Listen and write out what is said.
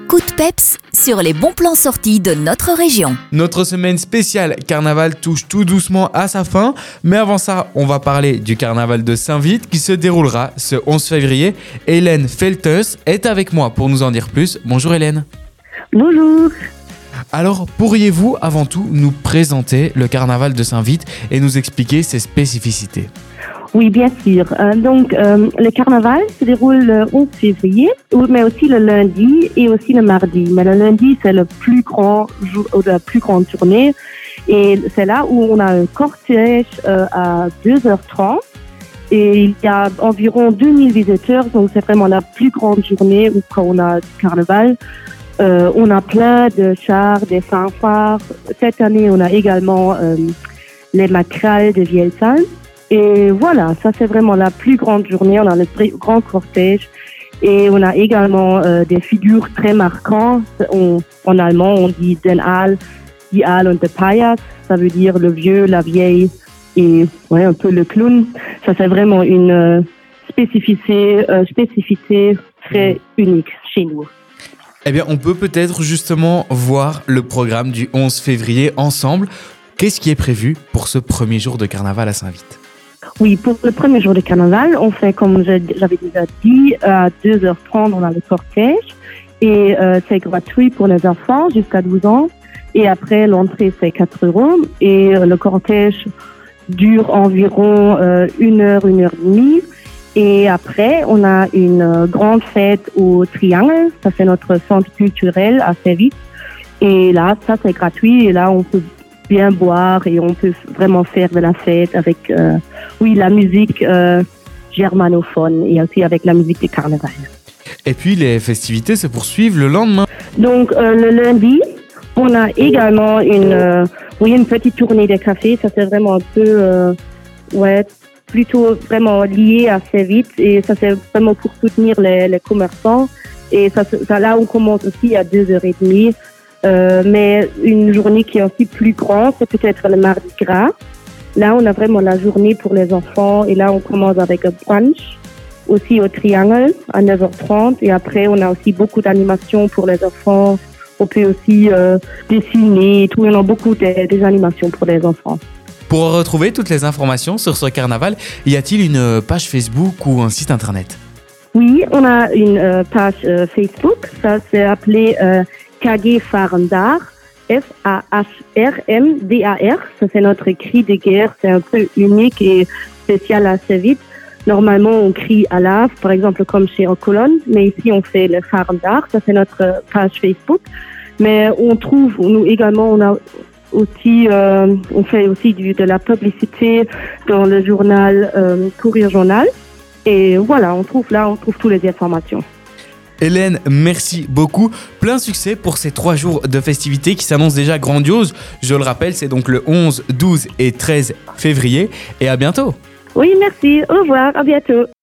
coup de peps sur les bons plans sortis de notre région. Notre semaine spéciale carnaval touche tout doucement à sa fin, mais avant ça, on va parler du carnaval de Saint-Vith qui se déroulera ce 11 février. Hélène Feltes est avec moi pour nous en dire plus. Bonjour Hélène. Bonjour. Alors, pourriez-vous avant tout nous présenter le carnaval de Saint-Vith et nous expliquer ses spécificités ? Oui, bien sûr. Le carnaval se déroule le 11 février, mais aussi le lundi et aussi le mardi. Mais le lundi, c'est le plus grand jour, la plus grande journée. Et c'est là où on a un cortège à 2h30. Et il y a environ 2000 visiteurs. Donc, c'est vraiment la plus grande journée où quand on a du carnaval. On a plein de chars, des fanfares. Cette année, on a également les maquerelles de Vielsalm. Et voilà, ça c'est vraiment la plus grande journée. On a le grand cortège et on a également des figures très marquantes. En allemand, on dit den Aal, die Aal und der Pajas. Ça veut dire le vieux, la vieille et un peu le clown. Ça c'est vraiment une spécificité très unique chez nous. Eh bien, on peut peut-être justement voir le programme du 11 février ensemble. Qu'est-ce qui est prévu pour ce premier jour de carnaval à Saint-Vith ? Oui, pour le premier jour de carnaval, on fait, comme j'avais déjà dit, à 2h30, on a le cortège. Et c'est gratuit pour les enfants jusqu'à 12 ans. Et après, l'entrée, c'est 4 €. Et le cortège dure environ 1 heure, 1 heure et demie. Et après, on a une grande fête au Triangle. Ça, c'est notre centre culturel à Saint-Vith. Et là, ça, c'est gratuit. Et là, on peut bien boire et on peut vraiment faire de la fête avec la musique germanophone et aussi avec la musique du carnaval. Et puis les festivités se poursuivent le lendemain. Donc le lundi, on a également une petite tournée de café. Ça c'est vraiment un peu plutôt vraiment lié à Saint-Vith et ça c'est vraiment pour soutenir les commerçants. Et ça là on commence aussi à 2h30. Mais une journée qui est aussi plus grande, c'est peut-être le mardi gras. Là, on a vraiment la journée pour les enfants. Et là, on commence avec un brunch, aussi au Triangle, à 9h30. Et après, on a aussi beaucoup d'animations pour les enfants. On peut aussi dessiner et tout. On a beaucoup des animations pour les enfants. Pour retrouver toutes les informations sur ce carnaval, y a-t-il une page Facebook ou un site internet ? Oui, on a une page Facebook. Ça, c'est appelé... KG Farendar, F-A-H-R-M-D-A-R. Ça, c'est notre cri de guerre. C'est un peu unique et spécial à Saint-Vith. Normalement, on crie à l'ave, par exemple, comme chez Colonne. Mais ici, on fait le Farendar. Ça, c'est notre page Facebook. Mais on a aussi, on fait aussi de la publicité dans le journal Courrier Journal. Et voilà, on trouve toutes les informations. Hélène, merci beaucoup. Plein succès pour ces 3 jours de festivités qui s'annoncent déjà grandioses. Je le rappelle, c'est donc le 11, 12 et 13 février. Et à bientôt. Oui, merci. Au revoir. À bientôt.